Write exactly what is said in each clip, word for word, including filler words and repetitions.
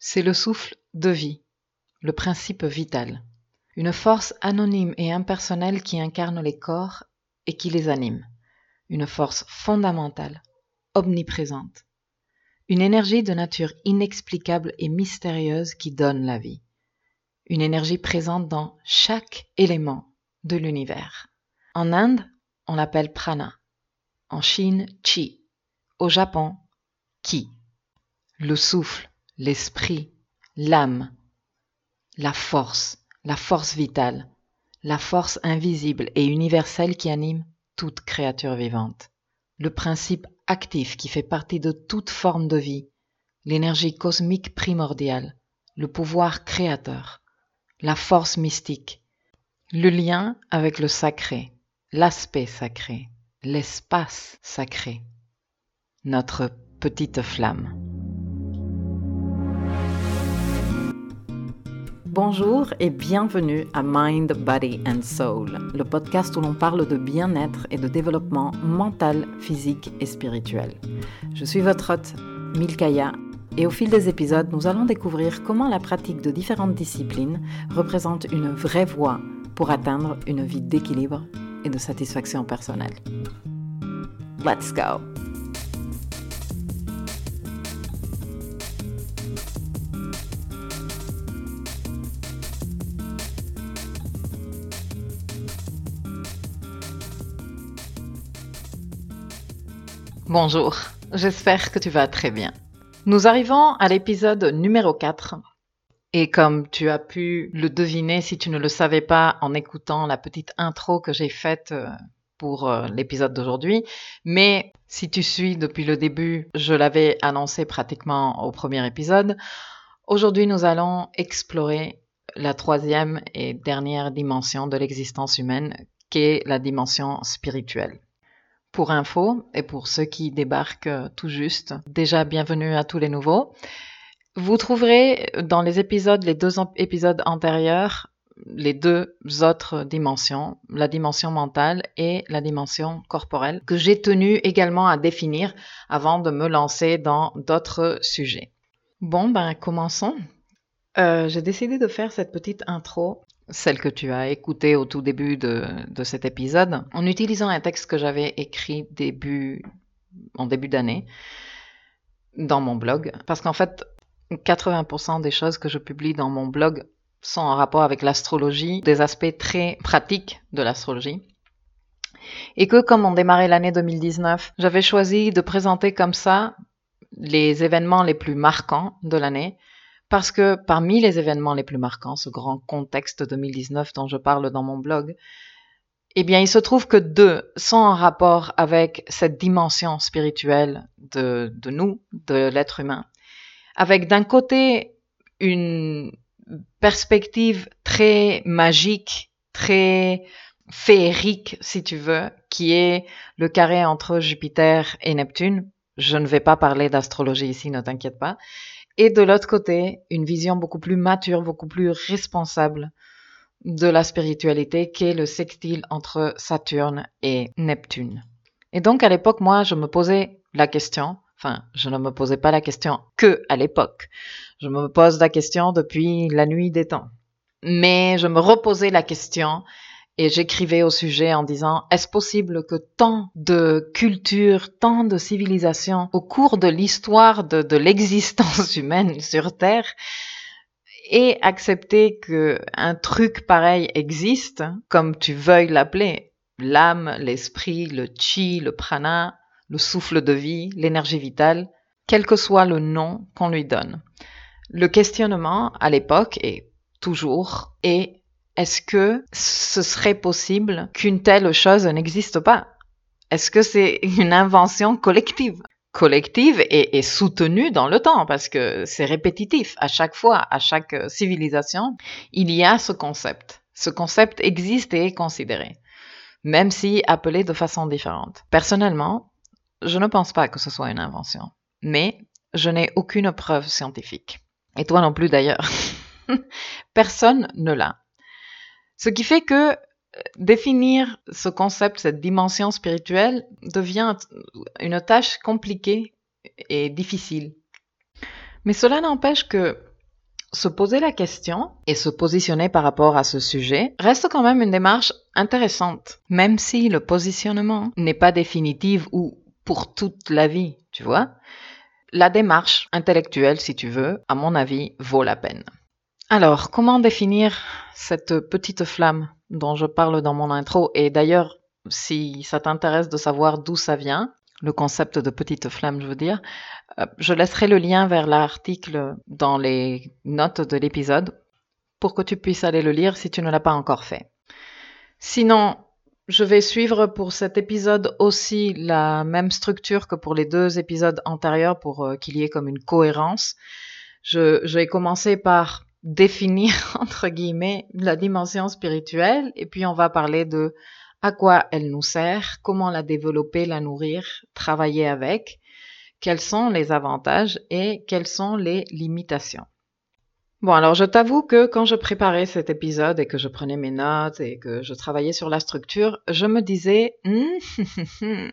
C'est le souffle de vie, le principe vital, une force anonyme et impersonnelle qui incarne les corps et qui les anime, une force fondamentale, omniprésente, une énergie de nature inexplicable et mystérieuse qui donne la vie, une énergie présente dans chaque élément de l'univers. En Inde, on l'appelle prana, en Chine, chi, au Japon, ki. Le souffle, l'esprit, l'âme, la force, la force vitale, la force invisible et universelle qui anime toute créature vivante. Le principe actif qui fait partie de toute forme de vie, l'énergie cosmique primordiale, le pouvoir créateur, la force mystique, le lien avec le sacré, l'aspect sacré, l'espace sacré, notre petite flamme. Bonjour et bienvenue à Mind, Body and Soul, le podcast où l'on parle de bien-être et de développement mental, physique et spirituel. Je suis votre hôte, Milkaya, et au fil des épisodes, nous allons découvrir comment la pratique de différentes disciplines représente une vraie voie pour atteindre une vie d'équilibre et de satisfaction personnelle. Let's go! Bonjour, j'espère que tu vas très bien. Nous arrivons à l'épisode numéro quatre et comme tu as pu le deviner si tu ne le savais pas en écoutant la petite intro que j'ai faite pour l'épisode d'aujourd'hui, mais si tu suis depuis le début, je l'avais annoncé pratiquement au premier épisode, aujourd'hui nous allons explorer la troisième et dernière dimension de l'existence humaine qui est la dimension spirituelle. Pour info, et pour ceux qui débarquent tout juste, déjà bienvenue à tous les nouveaux, vous trouverez dans les épisodes, les deux épisodes antérieurs, les deux autres dimensions, la dimension mentale et la dimension corporelle, que j'ai tenu également à définir avant de me lancer dans d'autres sujets. Bon, ben commençons. Euh, j'ai décidé de faire cette petite intro, celle que tu as écoutée au tout début de, de cet épisode, en utilisant un texte que j'avais écrit début, en début d'année dans mon blog. Parce qu'en fait, quatre-vingts pour cent des choses que je publie dans mon blog sont en rapport avec l'astrologie, des aspects très pratiques de l'astrologie. Et que comme on démarrait l'année deux mille dix-neuf, j'avais choisi de présenter comme ça les événements les plus marquants de l'année, parce que parmi les événements les plus marquants, ce grand contexte deux mille dix-neuf dont je parle dans mon blog, eh bien, il se trouve que deux sont en rapport avec cette dimension spirituelle de, de nous, de l'être humain, avec d'un côté une perspective très magique, très féerique, si tu veux, qui est le carré entre Jupiter et Neptune. Je ne vais pas parler d'astrologie ici, ne t'inquiète pas. Et de l'autre côté, une vision beaucoup plus mature, beaucoup plus responsable de la spiritualité qu'est le sextile entre Saturne et Neptune. Et donc à l'époque, moi, je me posais la question, enfin, je ne me posais pas la question que à l'époque. Je me pose la question depuis la nuit des temps. Mais je me reposais la question et j'écrivais au sujet en disant « Est-ce possible que tant de cultures, tant de civilisations au cours de l'histoire de, de l'existence humaine sur Terre aient accepté qu'un truc pareil existe, comme tu veuilles l'appeler, l'âme, l'esprit, le chi, le prana, le souffle de vie, l'énergie vitale, quel que soit le nom qu'on lui donne. » Le questionnement à l'époque et toujours est est-ce que ce serait possible qu'une telle chose n'existe pas? Est-ce que c'est une invention collective? Collective et, et soutenue dans le temps, parce que c'est répétitif. À chaque fois, à chaque civilisation, il y a ce concept. Ce concept existe et est considéré, même si appelé de façon différente. Personnellement, je ne pense pas que ce soit une invention, mais je n'ai aucune preuve scientifique. Et toi non plus d'ailleurs. Personne ne l'a. Ce qui fait que définir ce concept, cette dimension spirituelle, devient une tâche compliquée et difficile. Mais cela n'empêche que se poser la question et se positionner par rapport à ce sujet reste quand même une démarche intéressante, même si le positionnement n'est pas définitif ou pour toute la vie, tu vois. La démarche intellectuelle, si tu veux, à mon avis, vaut la peine. Alors, comment définir cette petite flamme dont je parle dans mon intro? Et d'ailleurs, si ça t'intéresse de savoir d'où ça vient, le concept de petite flamme, je veux dire, euh, je laisserai le lien vers l'article dans les notes de l'épisode pour que tu puisses aller le lire si tu ne l'as pas encore fait. Sinon, je vais suivre pour cet épisode aussi la même structure que pour les deux épisodes antérieurs pour euh, qu'il y ait comme une cohérence. Je, je vais commencer par définir, entre guillemets, la dimension spirituelle et puis on va parler de à quoi elle nous sert, comment la développer, la nourrir, travailler avec, quels sont les avantages et quelles sont les limitations. Bon, alors je t'avoue que quand je préparais cet épisode et que je prenais mes notes et que je travaillais sur la structure, je me disais hm,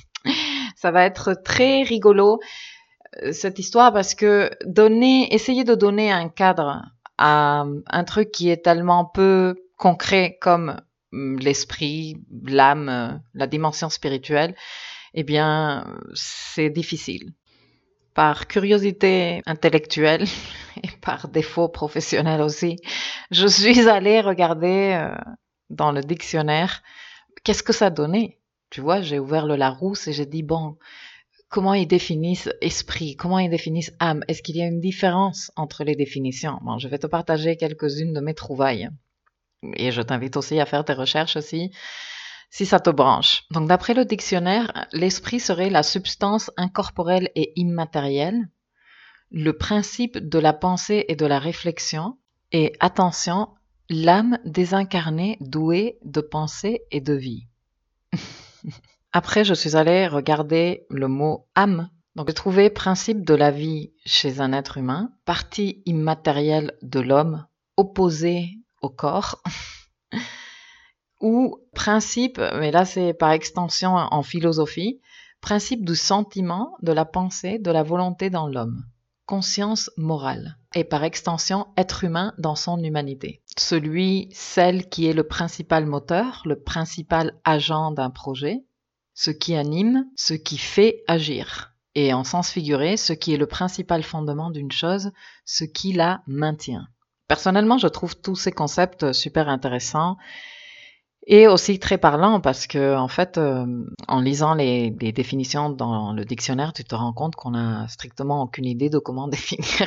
ça va être très rigolo cette histoire parce que donner, essayer de donner un cadre à un truc qui est tellement peu concret comme l'esprit, l'âme, la dimension spirituelle, eh bien, c'est difficile. Par curiosité intellectuelle et par défaut professionnel aussi, je suis allée regarder euh, dans le dictionnaire qu'est-ce que ça donnait. Tu vois, j'ai ouvert le Larousse et j'ai dit, bon, comment ils définissent esprit, comment ils définissent âme, est-ce qu'il y a une différence entre les définitions? Bon, je vais te partager quelques-unes de mes trouvailles. Et je t'invite aussi à faire tes recherches aussi, si ça te branche. Donc, d'après le dictionnaire, l'esprit serait la substance incorporelle et immatérielle, le principe de la pensée et de la réflexion, et attention, l'âme désincarnée douée de pensée et de vie. Après, je suis allée regarder le mot âme. Donc, j'ai trouvé principe de la vie chez un être humain, partie immatérielle de l'homme, opposée au corps, ou principe, mais là c'est par extension en philosophie, principe du sentiment, de la pensée, de la volonté dans l'homme, conscience morale, et par extension être humain dans son humanité. Celui, celle qui est le principal moteur, le principal agent d'un projet, ce qui anime, ce qui fait agir. Et en sens figuré, ce qui est le principal fondement d'une chose, ce qui la maintient. Personnellement, je trouve tous ces concepts super intéressants et aussi très parlants parce que, en fait, euh, en lisant les, les définitions dans le dictionnaire, tu te rends compte qu'on n'a strictement aucune idée de comment définir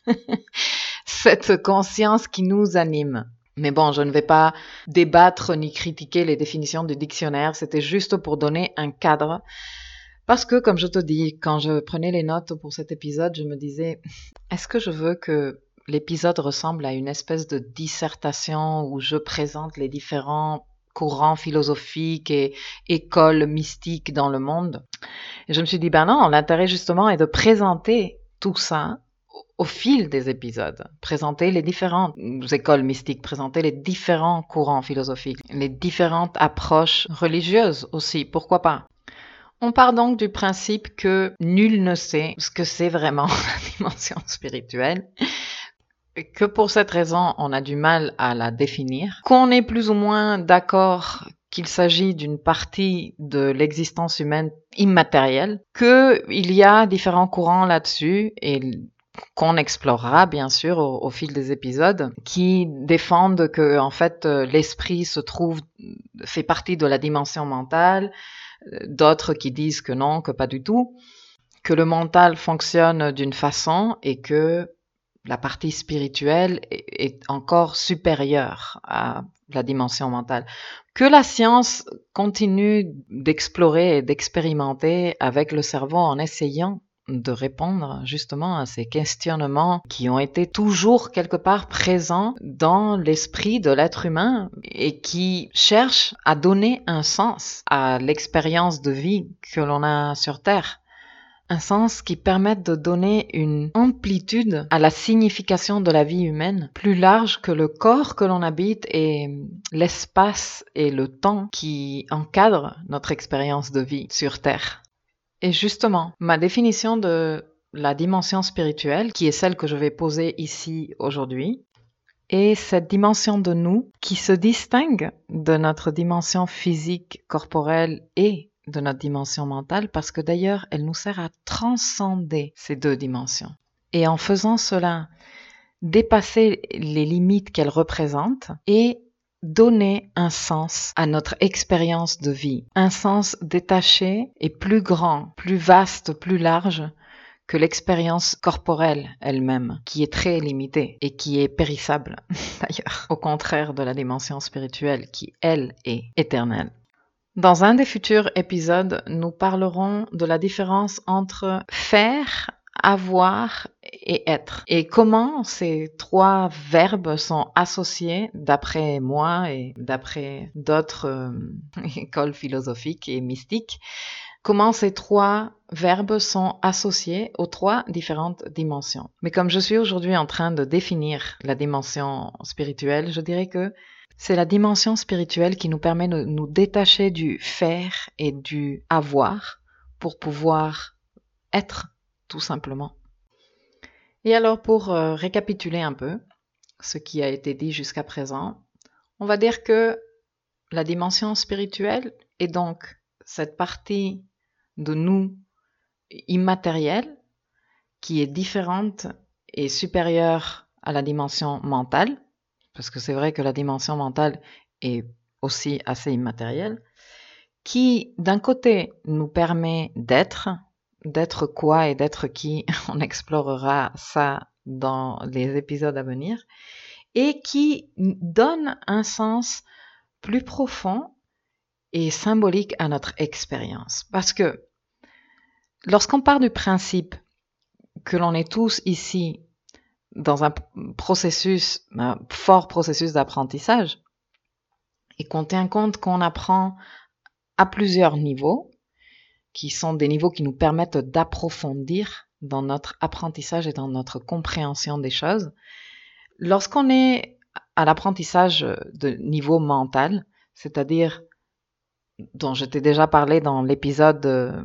cette conscience qui nous anime. Mais bon, je ne vais pas débattre ni critiquer les définitions du dictionnaire, c'était juste pour donner un cadre. Parce que, comme je te dis, quand je prenais les notes pour cet épisode, je me disais, est-ce que je veux que l'épisode ressemble à une espèce de dissertation où je présente les différents courants philosophiques et écoles mystiques dans le monde? Et je me suis dit, ben non, l'intérêt justement est de présenter tout ça au fil des épisodes, présenter les différentes écoles mystiques, présenter les différents courants philosophiques, les différentes approches religieuses aussi, pourquoi pas. On part donc du principe que nul ne sait ce que c'est vraiment la dimension spirituelle, que pour cette raison on a du mal à la définir, qu'on est plus ou moins d'accord qu'il s'agit d'une partie de l'existence humaine immatérielle, qu'il y a différents courants là-dessus et qu'on explorera bien sûr au, au fil des épisodes, qui défendent que en fait l'esprit se trouve, fait partie de la dimension mentale, d'autres qui disent que non, que pas du tout, que le mental fonctionne d'une façon et que la partie spirituelle est encore supérieure à la dimension mentale, que la science continue d'explorer et d'expérimenter avec le cerveau en essayant de répondre justement à ces questionnements qui ont été toujours quelque part présents dans l'esprit de l'être humain et qui cherchent à donner un sens à l'expérience de vie que l'on a sur Terre. Un sens qui permette de donner une amplitude à la signification de la vie humaine plus large que le corps que l'on habite et l'espace et le temps qui encadrent notre expérience de vie sur Terre. Et justement, ma définition de la dimension spirituelle, qui est celle que je vais poser ici aujourd'hui, et cette dimension de nous qui se distingue de notre dimension physique, corporelle et de notre dimension mentale, parce que d'ailleurs, elle nous sert à transcender ces deux dimensions. Et en faisant cela, dépasser les limites qu'elles représentent et donner un sens à notre expérience de vie, un sens détaché et plus grand, plus vaste, plus large que l'expérience corporelle elle-même, qui est très limitée et qui est périssable d'ailleurs, au contraire de la dimension spirituelle qui, elle, est éternelle. Dans un des futurs épisodes, nous parlerons de la différence entre faire, avoir et être, et comment ces trois verbes sont associés, d'après moi et d'après d'autres euh, écoles philosophiques et mystiques, comment ces trois verbes sont associés aux trois différentes dimensions. Mais comme je suis aujourd'hui en train de définir la dimension spirituelle, je dirais que c'est la dimension spirituelle qui nous permet de nous détacher du faire et du avoir pour pouvoir être, tout simplement. Et alors, pour euh, récapituler un peu ce qui a été dit jusqu'à présent, on va dire que la dimension spirituelle est donc cette partie de nous immatérielle qui est différente et supérieure à la dimension mentale, parce que c'est vrai que la dimension mentale est aussi assez immatérielle, qui d'un côté nous permet d'être, d'être quoi et d'être qui, on explorera ça dans les épisodes à venir, et qui donne un sens plus profond et symbolique à notre expérience. Parce que lorsqu'on part du principe que l'on est tous ici dans un processus, un fort processus d'apprentissage, et qu'on tient compte qu'on apprend à plusieurs niveaux, qui sont des niveaux qui nous permettent d'approfondir dans notre apprentissage et dans notre compréhension des choses. Lorsqu'on est à l'apprentissage de niveau mental, c'est-à-dire dont je t'ai déjà parlé dans l'épisode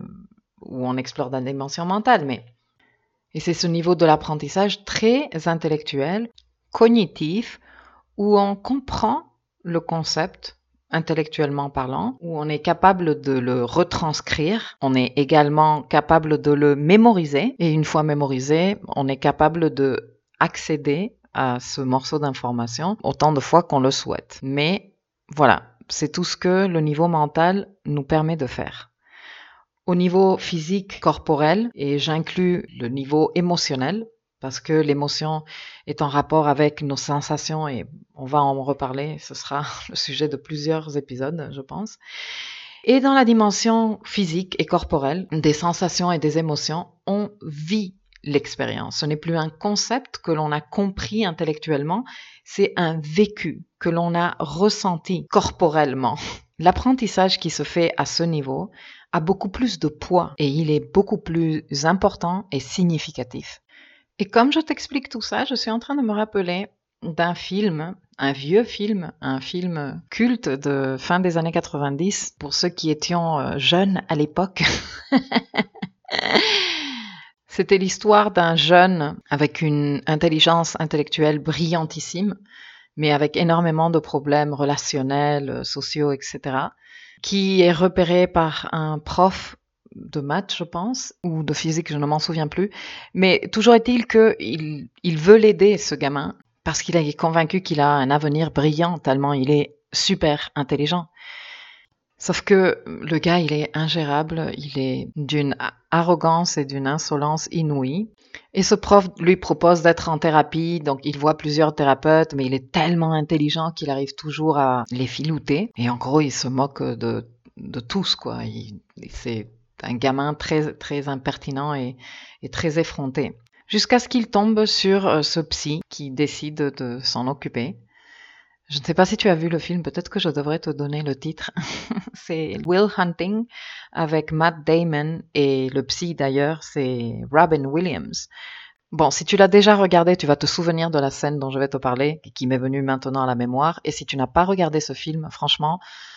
où on explore la dimension mentale, mais et c'est ce niveau de l'apprentissage très intellectuel, cognitif, où on comprend le concept intellectuellement parlant, où on est capable de le retranscrire, on est également capable de le mémoriser, et une fois mémorisé, on est capable de accéder à ce morceau d'information autant de fois qu'on le souhaite. Mais voilà, c'est tout ce que le niveau mental nous permet de faire. Au niveau physique, corporel, et j'inclus le niveau émotionnel, parce que l'émotion est en rapport avec nos sensations et on va en reparler, ce sera le sujet de plusieurs épisodes, je pense. Et dans la dimension physique et corporelle, des sensations et des émotions, on vit l'expérience. Ce n'est plus un concept que l'on a compris intellectuellement, c'est un vécu que l'on a ressenti corporellement. L'apprentissage qui se fait à ce niveau a beaucoup plus de poids et il est beaucoup plus important et significatif. Et comme je t'explique tout ça, je suis en train de me rappeler d'un film, un vieux film, un film culte de fin des années quatre-vingt-dix, pour ceux qui étions jeunes à l'époque. C'était l'histoire d'un jeune avec une intelligence intellectuelle brillantissime, mais avec énormément de problèmes relationnels, sociaux, et cetera, qui est repéré par un prof de maths, je pense, ou de physique, je ne m'en souviens plus. Mais toujours est-il qu'il il veut l'aider, ce gamin, parce qu'il est convaincu qu'il a un avenir brillant, tellement il est super intelligent. Sauf que le gars, il est ingérable, il est d'une arrogance et d'une insolence inouïe. Et ce prof lui propose d'être en thérapie, donc il voit plusieurs thérapeutes, mais il est tellement intelligent qu'il arrive toujours à les filouter. Et en gros, il se moque de, de tous, quoi. Il, c'est un gamin très, très impertinent et, et très effronté. Jusqu'à ce qu'il tombe sur ce psy qui décide de s'en occuper. Je ne sais pas si tu as vu le film, peut-être que je devrais te donner le titre. C'est Will Hunting avec Matt Damon et le psy d'ailleurs, c'est Robin Williams. Bon, si tu l'as déjà regardé, tu vas te souvenir de la scène dont je vais te parler, qui m'est venue maintenant à la mémoire. Et si tu n'as pas regardé ce film, franchement,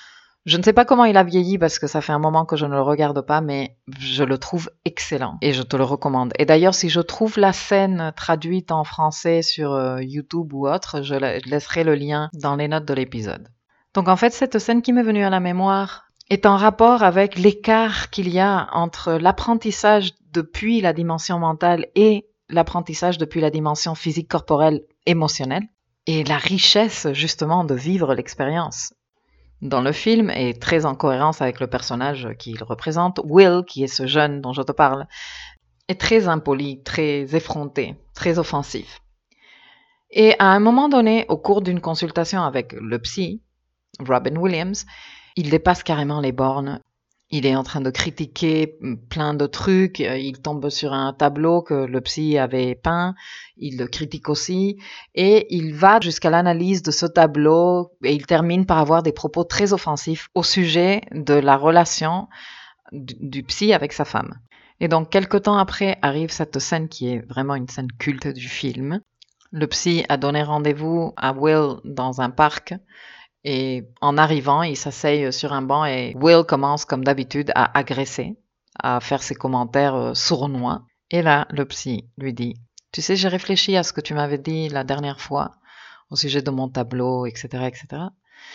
Je ne sais pas comment il a vieilli parce que ça fait un moment que je ne le regarde pas, mais je le trouve excellent et je te le recommande. Et d'ailleurs, si je trouve la scène traduite en français sur euh, YouTube ou autre, je, la- je laisserai le lien dans les notes de l'épisode. Donc en fait, cette scène qui m'est venue à la mémoire est en rapport avec l'écart qu'il y a entre l'apprentissage depuis la dimension mentale et l'apprentissage depuis la dimension physique, corporelle, émotionnelle, et la richesse justement de vivre l'expérience. Dans le film, et très en cohérence avec le personnage qu'il représente, Will, qui est ce jeune dont je te parle, est très impoli, très effronté, très offensif. Et à un moment donné, au cours d'une consultation avec le psy, Robin Williams, il dépasse carrément les bornes. Il est en train de critiquer plein de trucs, il tombe sur un tableau que le psy avait peint, il le critique aussi, et il va jusqu'à l'analyse de ce tableau, et il termine par avoir des propos très offensifs au sujet de la relation du, du psy avec sa femme. Et donc, quelque temps après, arrive cette scène qui est vraiment une scène culte du film. Le psy a donné rendez-vous à Will dans un parc, et en arrivant, il s'asseye sur un banc et Will commence comme d'habitude à agresser, à faire ses commentaires sournois. Et là, le psy lui dit « Tu sais, j'ai réfléchi à ce que tu m'avais dit la dernière fois au sujet de mon tableau, et cetera, et cetera.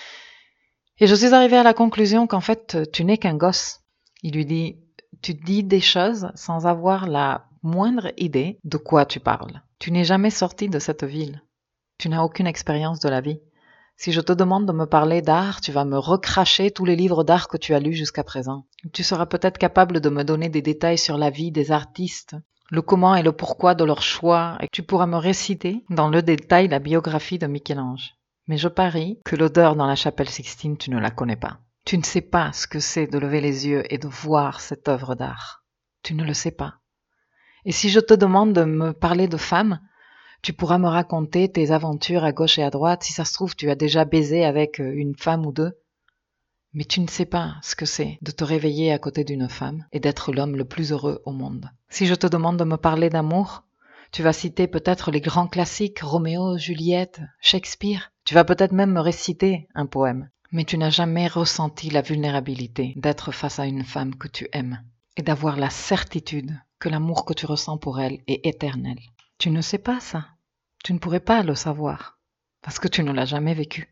Et je suis arrivée à la conclusion qu'en fait, tu n'es qu'un gosse. » Il lui dit « Tu dis des choses sans avoir la moindre idée de quoi tu parles. Tu n'es jamais sorti de cette ville. Tu n'as aucune expérience de la vie. Si je te demande de me parler d'art, tu vas me recracher tous les livres d'art que tu as lus jusqu'à présent. Tu seras peut-être capable de me donner des détails sur la vie des artistes, le comment et le pourquoi de leurs choix, et tu pourras me réciter dans le détail la biographie de Michel-Ange. Mais je parie que l'odeur dans la chapelle Sixtine, tu ne la connais pas. Tu ne sais pas ce que c'est de lever les yeux et de voir cette œuvre d'art. Tu ne le sais pas. Et si je te demande de me parler de femmes, tu pourras me raconter tes aventures à gauche et à droite. Si ça se trouve, tu as déjà baisé avec une femme ou deux. Mais tu ne sais pas ce que c'est de te réveiller à côté d'une femme et d'être l'homme le plus heureux au monde. Si je te demande de me parler d'amour, tu vas citer peut-être les grands classiques, Roméo, Juliette, Shakespeare. Tu vas peut-être même me réciter un poème. Mais tu n'as jamais ressenti la vulnérabilité d'être face à une femme que tu aimes et d'avoir la certitude que l'amour que tu ressens pour elle est éternel. Tu ne sais pas ça. Tu ne pourrais pas le savoir parce que tu ne l'as jamais vécu.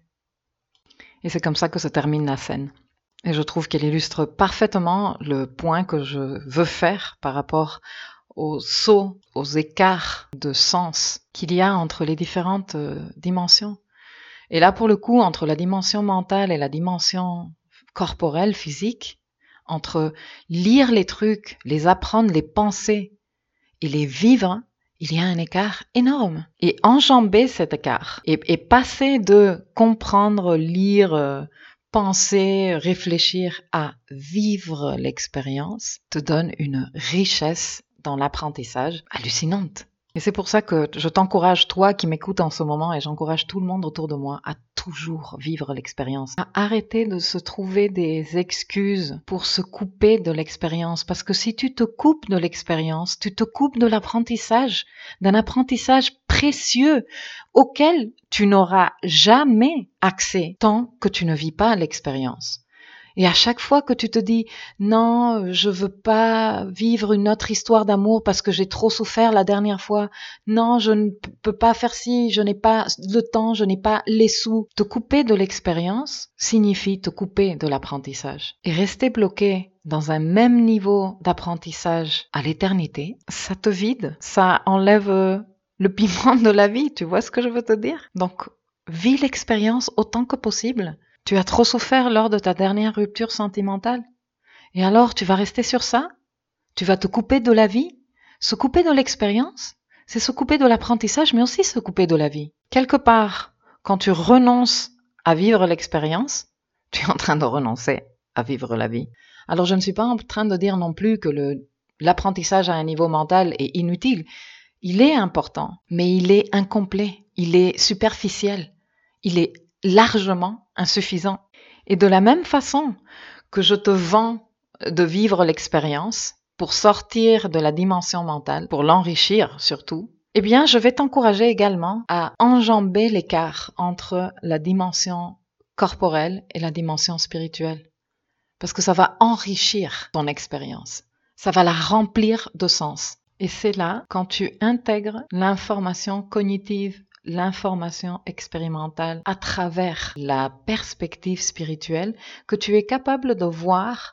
Et c'est comme ça que se termine la scène. Et je trouve qu'elle illustre parfaitement le point que je veux faire par rapport aux sauts, aux écarts de sens qu'il y a entre les différentes dimensions. Et là, pour le coup, entre la dimension mentale et la dimension corporelle, physique, entre lire les trucs, les apprendre, les penser et les vivre, il y a un écart énorme. Et enjamber cet écart et, et passer de comprendre, lire, euh, penser, réfléchir à vivre l'expérience te donne une richesse dans l'apprentissage hallucinante. Et c'est pour ça que je t'encourage, toi qui m'écoutes en ce moment, et j'encourage tout le monde autour de moi à toujours vivre l'expérience, à arrêter de se trouver des excuses pour se couper de l'expérience. Parce que si tu te coupes de l'expérience, tu te coupes de l'apprentissage, d'un apprentissage précieux auquel tu n'auras jamais accès tant que tu ne vis pas l'expérience. Et à chaque fois que tu te dis « Non, je veux pas vivre une autre histoire d'amour parce que j'ai trop souffert la dernière fois. Non, je ne peux pas faire ci, je n'ai pas le temps, je n'ai pas les sous. » Te couper de l'expérience signifie te couper de l'apprentissage. Et rester bloqué dans un même niveau d'apprentissage à l'éternité, ça te vide, ça enlève le piment de la vie, tu vois ce que je veux te dire? Donc, vis l'expérience autant que possible. Tu as trop souffert lors de ta dernière rupture sentimentale. Et alors, tu vas rester sur ça? Tu vas te couper de la vie? Se couper de l'expérience, c'est se couper de l'apprentissage, mais aussi se couper de la vie. Quelque part, quand tu renonces à vivre l'expérience, tu es en train de renoncer à vivre la vie. Alors, je ne suis pas en train de dire non plus que le, l'apprentissage à un niveau mental est inutile. Il est important, mais il est incomplet, il est superficiel, il est largement insuffisant. Et de la même façon que je te vends de vivre l'expérience pour sortir de la dimension mentale, pour l'enrichir surtout, eh bien, je vais t'encourager également à enjamber l'écart entre la dimension corporelle et la dimension spirituelle. Parce que ça va enrichir ton expérience. Ça va la remplir de sens. Et c'est là, quand tu intègres l'information cognitive, l'information expérimentale à travers la perspective spirituelle, que tu es capable de voir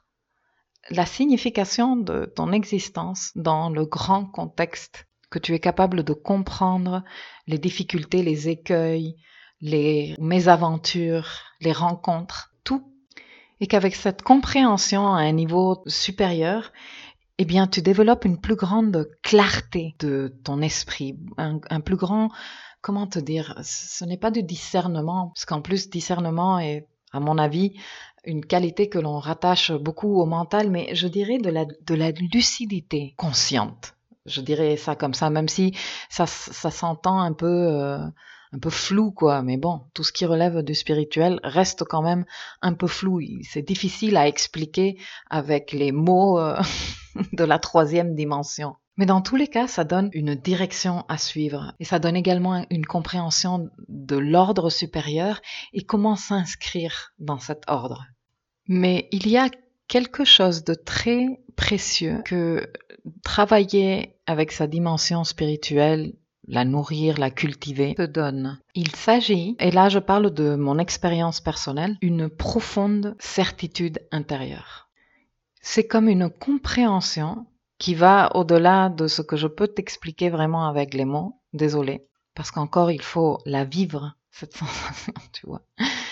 la signification de ton existence dans le grand contexte, que tu es capable de comprendre les difficultés, les écueils, les mésaventures, les rencontres, tout. Et qu'avec cette compréhension à un niveau supérieur, eh bien, tu développes une plus grande clarté de ton esprit, un, un plus grand, comment te dire, ce n'est pas du discernement, parce qu'en plus, discernement est, à mon avis, une qualité que l'on rattache beaucoup au mental, mais je dirais de la, de la lucidité consciente. Je dirais ça comme ça, même si ça, ça s'entend un peu, euh, un peu flou, quoi. Mais bon, tout ce qui relève du spirituel reste quand même un peu flou. C'est difficile à expliquer avec les mots euh, de la troisième dimension. Mais dans tous les cas, ça donne une direction à suivre et ça donne également une compréhension de l'ordre supérieur et comment s'inscrire dans cet ordre. Mais il y a quelque chose de très précieux que travailler avec sa dimension spirituelle, la nourrir, la cultiver, te donne. Il s'agit, et là je parle de mon expérience personnelle, une profonde certitude intérieure. C'est comme une compréhension qui va au-delà de ce que je peux t'expliquer vraiment avec les mots. Désolée, parce qu'encore il faut la vivre, cette sensation, tu vois.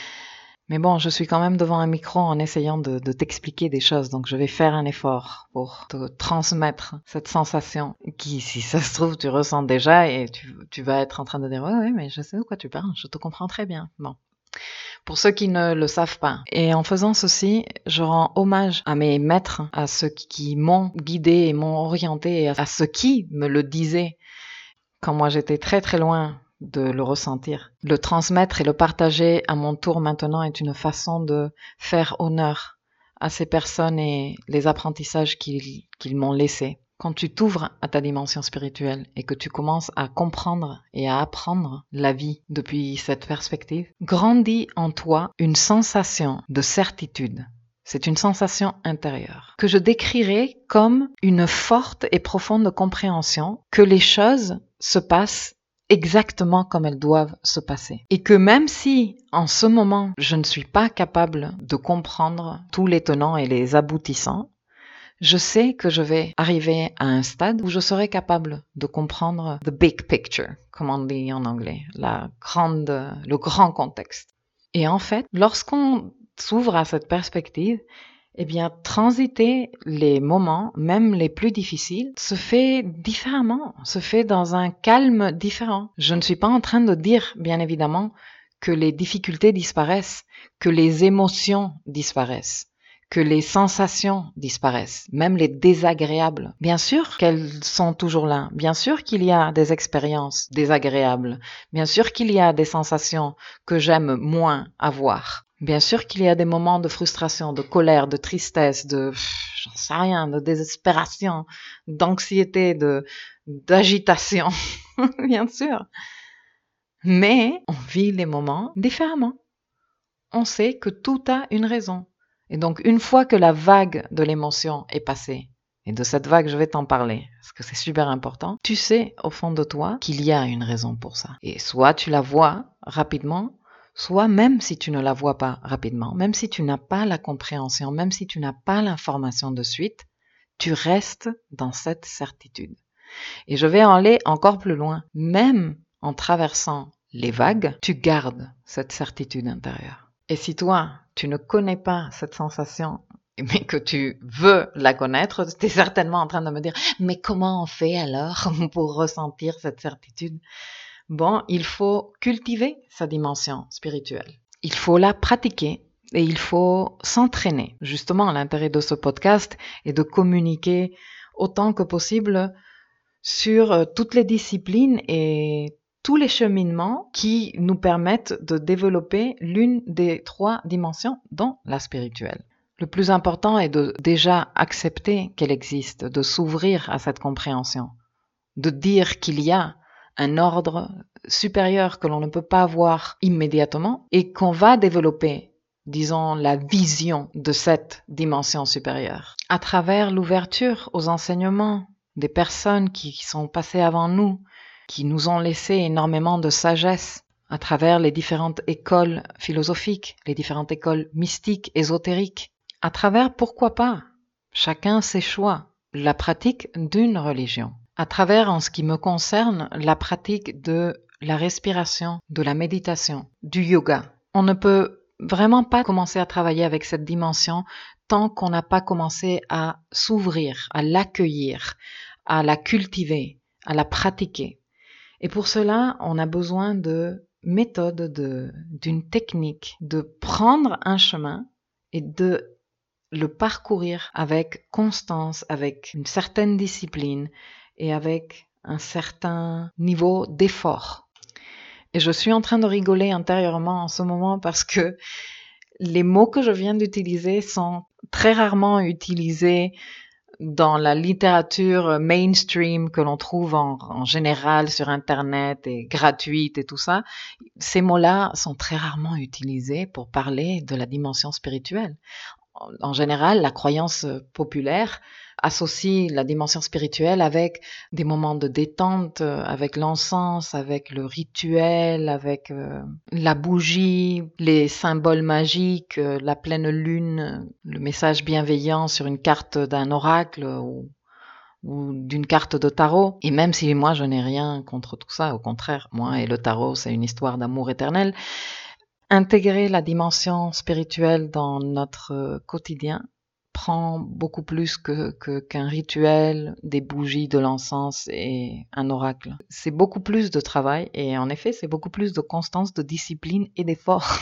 Mais bon, je suis quand même devant un micro en essayant de, de t'expliquer des choses, donc je vais faire un effort pour te transmettre cette sensation qui, si ça se trouve, tu ressens déjà et tu, tu vas être en train de dire « Ouais, ouais, mais je sais de quoi tu parles, je te comprends très bien. » Bon. Pour ceux qui ne le savent pas. Et en faisant ceci, je rends hommage à mes maîtres, à ceux qui m'ont guidé et m'ont orienté, et à ceux qui me le disaient quand moi j'étais très très loin de le ressentir. Le transmettre et le partager à mon tour maintenant est une façon de faire honneur à ces personnes et les apprentissages qu'ils, qu'ils m'ont laissés. Quand tu t'ouvres à ta dimension spirituelle et que tu commences à comprendre et à apprendre la vie depuis cette perspective, grandit en toi une sensation de certitude. C'est une sensation intérieure que je décrirais comme une forte et profonde compréhension que les choses se passent exactement comme elles doivent se passer. Et que même si, en ce moment, je ne suis pas capable de comprendre tous les tenants et les aboutissants, je sais que je vais arriver à un stade où je serai capable de comprendre the big picture, comme on dit en anglais, la grande, le grand contexte. Et en fait, lorsqu'on s'ouvre à cette perspective, eh bien, transiter les moments, même les plus difficiles, se fait différemment, se fait dans un calme différent. Je ne suis pas en train de dire, bien évidemment, que les difficultés disparaissent, que les émotions disparaissent, que les sensations disparaissent, même les désagréables. Bien sûr qu'elles sont toujours là. Bien sûr qu'il y a des expériences désagréables. Bien sûr qu'il y a des sensations que j'aime moins avoir. Bien sûr qu'il y a des moments de frustration, de colère, de tristesse, de, pff, j'en sais rien, de désespération, d'anxiété, de, d'agitation. Bien sûr. Mais on vit les moments différemment. On sait que tout a une raison. Et donc, une fois que la vague de l'émotion est passée, et de cette vague, je vais t'en parler, parce que c'est super important, tu sais au fond de toi qu'il y a une raison pour ça. Et soit tu la vois rapidement, soit même si tu ne la vois pas rapidement, même si tu n'as pas la compréhension, même si tu n'as pas l'information de suite, tu restes dans cette certitude. Et je vais aller encore plus loin. Même en traversant les vagues, tu gardes cette certitude intérieure. Et si toi, tu ne connais pas cette sensation, mais que tu veux la connaître, tu es certainement en train de me dire « Mais comment on fait alors pour ressentir cette certitude ?» Bon, il faut cultiver sa dimension spirituelle. Il faut la pratiquer et il faut s'entraîner. Justement, l'intérêt de ce podcast est de communiquer autant que possible sur toutes les disciplines et tous les cheminements qui nous permettent de développer l'une des trois dimensions, dont la spirituelle. Le plus important est de déjà accepter qu'elle existe, de s'ouvrir à cette compréhension, de dire qu'il y a un ordre supérieure que l'on ne peut pas voir immédiatement et qu'on va développer, disons, la vision de cette dimension supérieure à travers l'ouverture aux enseignements des personnes qui, qui sont passées avant nous, qui nous ont laissé énormément de sagesse à travers les différentes écoles philosophiques, les différentes écoles mystiques, ésotériques, à travers, pourquoi pas, chacun ses choix, la pratique d'une religion, à travers, en ce qui me concerne, la pratique de la respiration, de la méditation, du yoga. On ne peut vraiment pas commencer à travailler avec cette dimension tant qu'on n'a pas commencé à s'ouvrir, à l'accueillir, à la cultiver, à la pratiquer. Et pour cela, on a besoin de méthodes, de, d'une technique, de prendre un chemin et de le parcourir avec constance, avec une certaine discipline et avec un certain niveau d'effort. Et je suis en train de rigoler intérieurement en ce moment parce que les mots que je viens d'utiliser sont très rarement utilisés dans la littérature mainstream que l'on trouve en, en général sur Internet et gratuite et tout ça. Ces mots-là sont très rarement utilisés pour parler de la dimension spirituelle. En général, la croyance populaire associe la dimension spirituelle avec des moments de détente, avec l'encens, avec le rituel, avec euh, la bougie, les symboles magiques, la pleine lune, le message bienveillant sur une carte d'un oracle ou, ou d'une carte de tarot. Et même si moi, je n'ai rien contre tout ça, au contraire, moi et le tarot, c'est une histoire d'amour éternel. Intégrer la dimension spirituelle dans notre quotidien prend beaucoup plus que, que, qu'un rituel, des bougies, de l'encens et un oracle. C'est beaucoup plus de travail et en effet, c'est beaucoup plus de constance, de discipline et d'effort.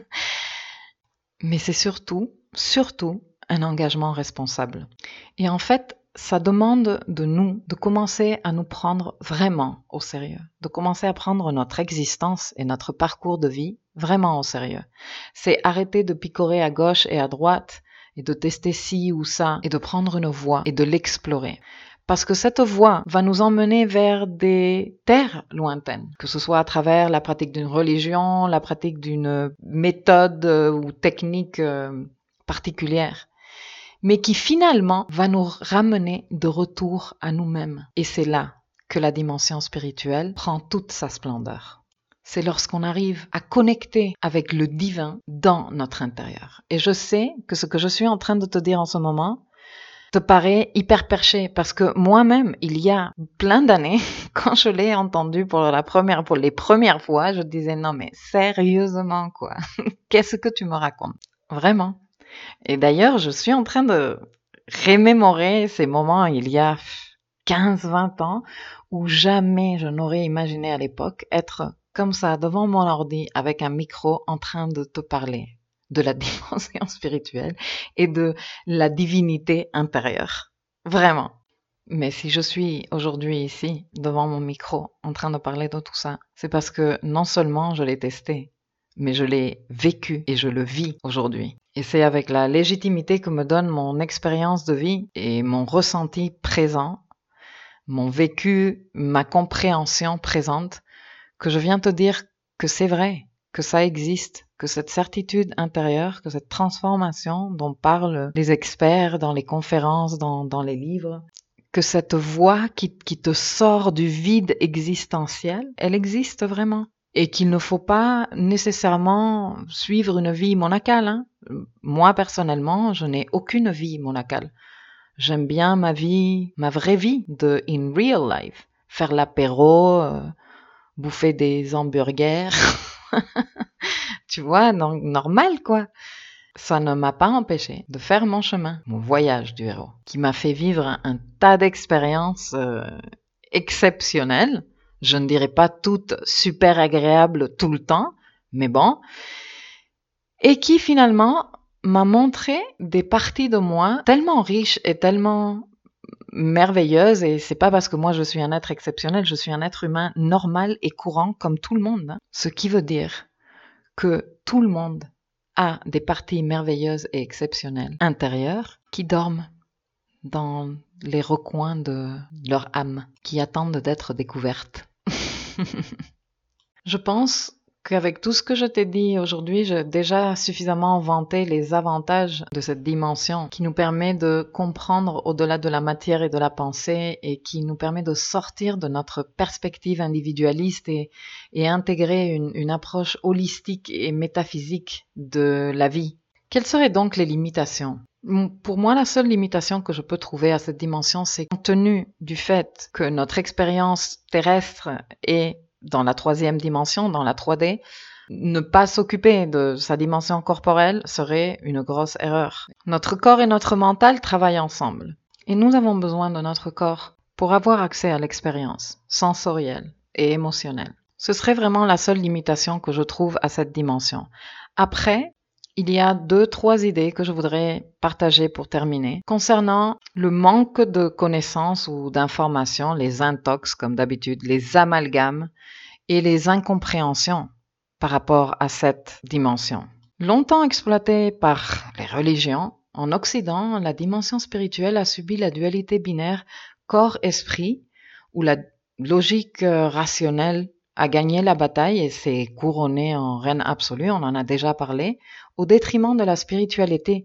Mais c'est surtout, surtout un engagement responsable. Et en fait, ça demande de nous de commencer à nous prendre vraiment au sérieux, de commencer à prendre notre existence et notre parcours de vie vraiment au sérieux. C'est arrêter de picorer à gauche et à droite et de tester ci ou ça et de prendre une voie et de l'explorer. Parce que cette voie va nous emmener vers des terres lointaines, que ce soit à travers la pratique d'une religion, la pratique d'une méthode ou technique particulière, mais qui finalement va nous ramener de retour à nous-mêmes. Et c'est là que la dimension spirituelle prend toute sa splendeur. C'est lorsqu'on arrive à connecter avec le divin dans notre intérieur. Et je sais que ce que je suis en train de te dire en ce moment te paraît hyper perché, parce que moi-même, il y a plein d'années, quand je l'ai entendu pour la première, pour les premières fois, je disais non mais sérieusement quoi, qu'est-ce que tu me racontes? Vraiment. Et d'ailleurs, je suis en train de remémorer ces moments il y a quinze vingt ans où jamais je n'aurais imaginé à l'époque être comme ça devant mon ordi avec un micro en train de te parler de la dimension spirituelle et de la divinité intérieure. Vraiment. Mais si je suis aujourd'hui ici devant mon micro en train de parler de tout ça, c'est parce que non seulement je l'ai testé, mais je l'ai vécu et je le vis aujourd'hui. Et c'est avec la légitimité que me donne mon expérience de vie et mon ressenti présent, mon vécu, ma compréhension présente, que je viens te dire que c'est vrai, que ça existe, que cette certitude intérieure, que cette transformation dont parlent les experts dans les conférences, dans, dans les livres, que cette voix qui, qui te sort du vide existentiel, elle existe vraiment. Et qu'il ne faut pas nécessairement suivre une vie monacale. Hein. Moi, personnellement, je n'ai aucune vie monacale. J'aime bien ma vie, ma vraie vie de in real life. Faire l'apéro, euh, bouffer des hamburgers. Tu vois, non, normal quoi. Ça ne m'a pas empêché de faire mon chemin, mon voyage du héros, qui m'a fait vivre un, un tas d'expériences euh, exceptionnelles. Je ne dirais pas toutes super agréables tout le temps, mais bon. Et qui finalement m'a montré des parties de moi tellement riches et tellement merveilleuses. Et c'est pas parce que moi je suis un être exceptionnel, je suis un être humain normal et courant comme tout le monde. Hein. Ce qui veut dire que tout le monde a des parties merveilleuses et exceptionnelles intérieures qui dorment dans les recoins de leur âme, qui attendent d'être découvertes. Je pense qu'avec tout ce que je t'ai dit aujourd'hui, j'ai déjà suffisamment vanté les avantages de cette dimension qui nous permet de comprendre au-delà de la matière et de la pensée et qui nous permet de sortir de notre perspective individualiste et, et intégrer une, une approche holistique et métaphysique de la vie. Quelles seraient donc les limitations ? Pour moi, la seule limitation que je peux trouver à cette dimension, c'est compte tenu du fait que notre expérience terrestre est dans la troisième dimension, dans la trois D, ne pas s'occuper de sa dimension corporelle serait une grosse erreur. Notre corps et notre mental travaillent ensemble. Et nous avons besoin de notre corps pour avoir accès à l'expérience sensorielle et émotionnelle. Ce serait vraiment la seule limitation que je trouve à cette dimension. Après, il y a deux, trois idées que je voudrais partager pour terminer. Concernant le manque de connaissances ou d'informations, les intox comme d'habitude, les amalgames et les incompréhensions par rapport à cette dimension. Longtemps exploitée par les religions, en Occident, la dimension spirituelle a subi la dualité binaire corps-esprit, où la logique rationnelle a gagné la bataille et s'est couronnée en reine absolue, on en a déjà parlé, au détriment de la spiritualité,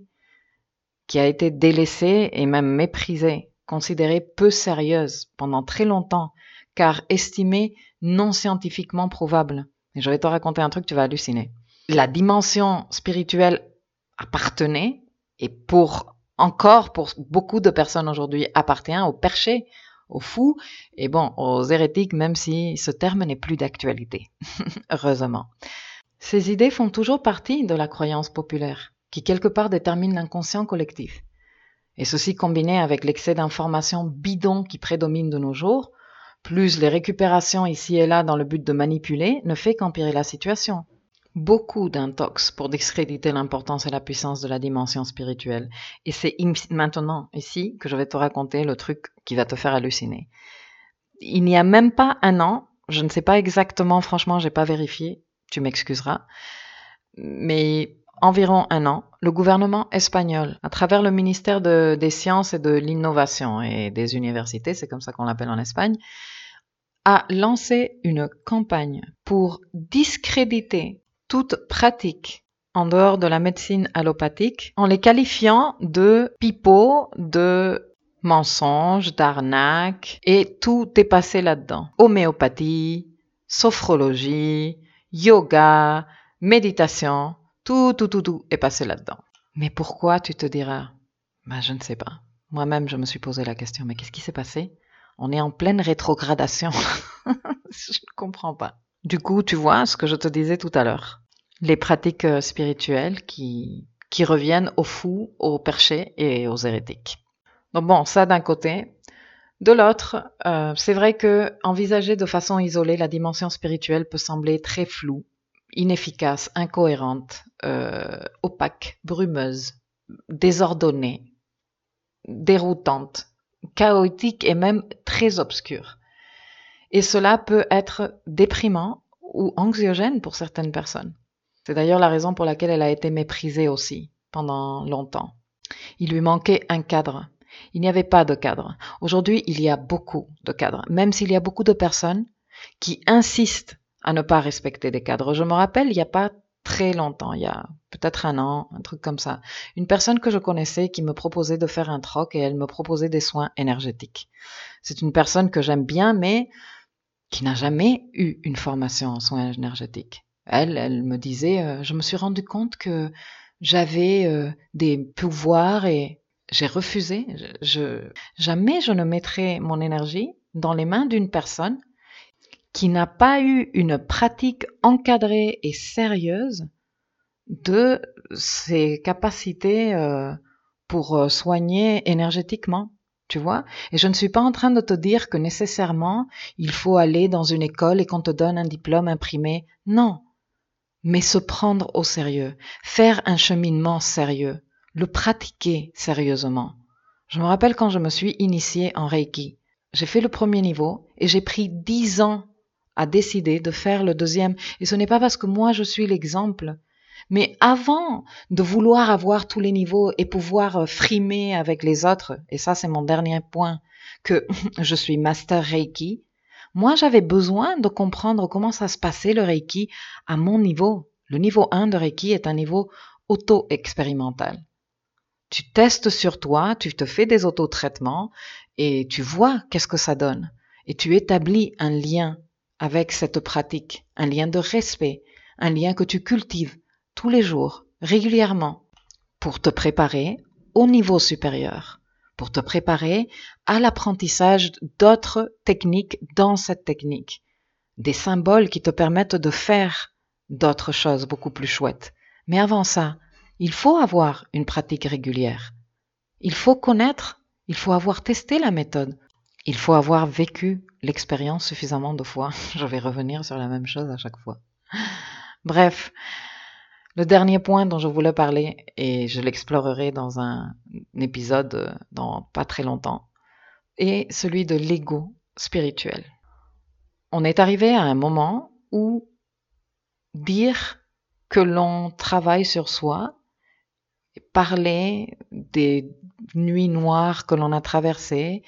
qui a été délaissée et même méprisée, considérée peu sérieuse pendant très longtemps, car estimée non scientifiquement prouvable. Et je vais te raconter un truc, tu vas halluciner. La dimension spirituelle appartenait, et pour encore pour beaucoup de personnes aujourd'hui, appartient au perché, aux fous, et bon, aux hérétiques, même si ce terme n'est plus d'actualité. Heureusement. Ces idées font toujours partie de la croyance populaire, qui quelque part détermine l'inconscient collectif. Et ceci combiné avec l'excès d'informations bidons qui prédomine de nos jours, plus les récupérations ici et là dans le but de manipuler, ne fait qu'empirer la situation. Beaucoup d'intox pour discréditer l'importance et la puissance de la dimension spirituelle. Et c'est maintenant, ici, que je vais te raconter le truc qui va te faire halluciner. Il n'y a même pas un an, je ne sais pas exactement, franchement, j'ai pas vérifié, tu m'excuseras, mais environ un an, le gouvernement espagnol, à travers le ministère de, des Sciences et de l'Innovation et des Universités, c'est comme ça qu'on l'appelle en Espagne, a lancé une campagne pour discréditer toute pratique en dehors de la médecine allopathique en les qualifiant de pipeaux, de mensonges, d'arnaques, et tout est passé là-dedans. Homéopathie, sophrologie, yoga, méditation, tout, tout, tout, tout est passé là-dedans. Mais pourquoi, tu te diras? Ben, je ne sais pas. Moi-même, je me suis posé la question, mais qu'est-ce qui s'est passé? On est en pleine rétrogradation. Je ne comprends pas. Du coup, tu vois ce que je te disais tout à l'heure. Les pratiques spirituelles qui, qui reviennent aux fous, aux perchés et aux hérétiques. Donc bon, ça d'un côté. De l'autre, euh, c'est vrai que envisager de façon isolée la dimension spirituelle peut sembler très floue, inefficace, incohérente, euh, opaque, brumeuse, désordonnée, déroutante, chaotique et même très obscure. Et cela peut être déprimant ou anxiogène pour certaines personnes. C'est d'ailleurs la raison pour laquelle elle a été méprisée aussi pendant longtemps. Il lui manquait un cadre. Il n'y avait pas de cadre. Aujourd'hui, il y a beaucoup de cadres, même s'il y a beaucoup de personnes qui insistent à ne pas respecter des cadres. Je me rappelle, il n'y a pas très longtemps, il y a peut-être un an, un truc comme ça, une personne que je connaissais qui me proposait de faire un troc et elle me proposait des soins énergétiques. C'est une personne que j'aime bien, mais qui n'a jamais eu une formation en soins énergétiques. Elle, elle me disait, euh, je me suis rendu compte que j'avais euh, des pouvoirs et j'ai refusé. Je, je, jamais je ne mettrai mon énergie dans les mains d'une personne qui n'a pas eu une pratique encadrée et sérieuse de ses capacités euh, pour euh, soigner énergétiquement. Tu vois? Et je ne suis pas en train de te dire que nécessairement il faut aller dans une école et qu'on te donne un diplôme imprimé. Non. Mais se prendre au sérieux, faire un cheminement sérieux, le pratiquer sérieusement. Je me rappelle quand je me suis initiée en Reiki. J'ai fait le premier niveau et j'ai pris dix ans à décider de faire le deuxième. Et ce n'est pas parce que moi je suis l'exemple. Mais avant de vouloir avoir tous les niveaux et pouvoir frimer avec les autres, et ça c'est mon dernier point, que je suis master Reiki, Moi, j'avais besoin de comprendre comment ça se passait le Reiki à mon niveau. Le niveau un de Reiki est un niveau auto-expérimental. Tu testes sur toi, tu te fais des auto-traitements et tu vois qu'est-ce que ça donne. Et tu établis un lien avec cette pratique, un lien de respect, un lien que tu cultives tous les jours, régulièrement, pour te préparer au niveau supérieur, pour te préparer à l'apprentissage d'autres techniques dans cette technique, des symboles qui te permettent de faire d'autres choses beaucoup plus chouettes. Mais avant ça, il faut avoir une pratique régulière. Il faut connaître, il faut avoir testé la méthode. Il faut avoir vécu l'expérience suffisamment de fois. Je vais revenir sur la même chose à chaque fois. Bref, le dernier point dont je voulais parler, et je l'explorerai dans un épisode dans pas très longtemps, est celui de l'ego spirituel. On est arrivé à un moment où dire que l'on travaille sur soi, parler des nuits noires que l'on a traversées,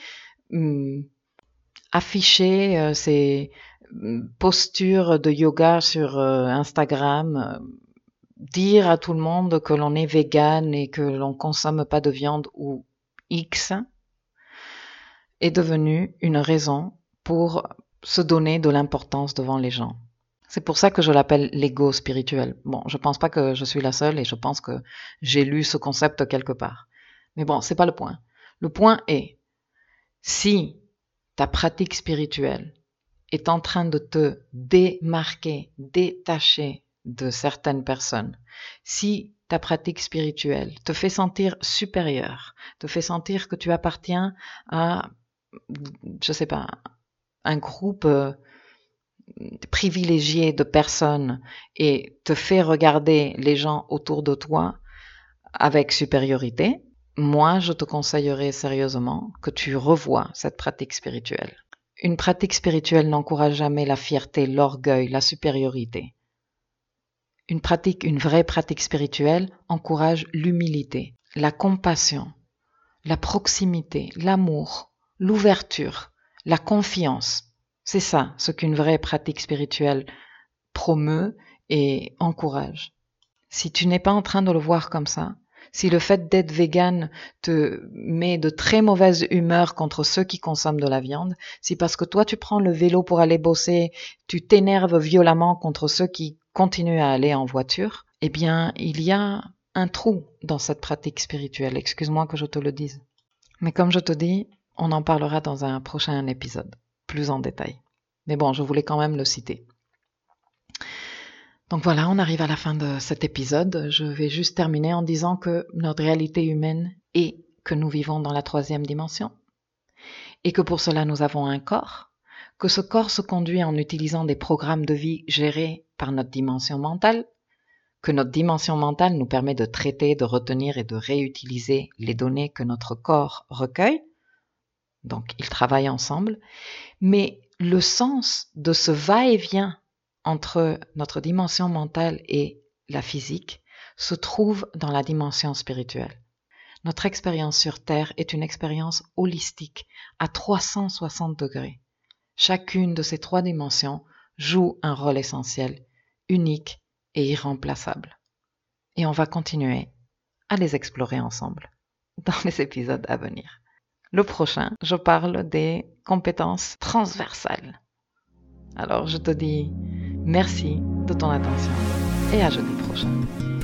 afficher euh, ses postures de yoga sur euh, Instagram, euh, dire à tout le monde que l'on est vegan et que l'on consomme pas de viande ou X est devenu une raison pour se donner de l'importance devant les gens. C'est pour ça que je l'appelle l'ego spirituel. Bon, je pense pas que je suis la seule et je pense que j'ai lu ce concept quelque part. Mais bon, c'est pas le point. Le point est, si ta pratique spirituelle est en train de te démarquer, détacher de certaines personnes, si ta pratique spirituelle te fait sentir supérieur, te fait sentir que tu appartiens à, je sais pas, un groupe euh, privilégié de personnes et te fait regarder les gens autour de toi avec supériorité, moi, je te conseillerais sérieusement que tu revoies cette pratique spirituelle. Une pratique spirituelle n'encourage jamais la fierté, l'orgueil, la supériorité. Une pratique, une vraie pratique spirituelle encourage l'humilité, la compassion, la proximité, l'amour, l'ouverture, la confiance. C'est ça ce qu'une vraie pratique spirituelle promeut et encourage. Si tu n'es pas en train de le voir comme ça, si le fait d'être vegan te met de très mauvaise humeur contre ceux qui consomment de la viande, si parce que toi tu prends le vélo pour aller bosser, tu t'énerves violemment contre ceux qui continuent à aller en voiture, eh bien il y a un trou dans cette pratique spirituelle, excuse-moi que je te le dise. Mais comme je te dis, on en parlera dans un prochain épisode, plus en détail. Mais bon, je voulais quand même le citer. Donc voilà, on arrive à la fin de cet épisode. Je vais juste terminer en disant que notre réalité humaine est que nous vivons dans la troisième dimension et que pour cela nous avons un corps, que ce corps se conduit en utilisant des programmes de vie gérés par notre dimension mentale, que notre dimension mentale nous permet de traiter, de retenir et de réutiliser les données que notre corps recueille. Donc ils travaillent ensemble, mais le sens de ce va-et-vient entre notre dimension mentale et la physique se trouve dans la dimension spirituelle. Notre expérience sur Terre est une expérience holistique à trois cent soixante degrés. Chacune de ces trois dimensions joue un rôle essentiel, unique et irremplaçable. Et on va continuer à les explorer ensemble dans les épisodes à venir. Le prochain, je parle des compétences transversales. Alors je te dis merci de ton attention et à jeudi prochain.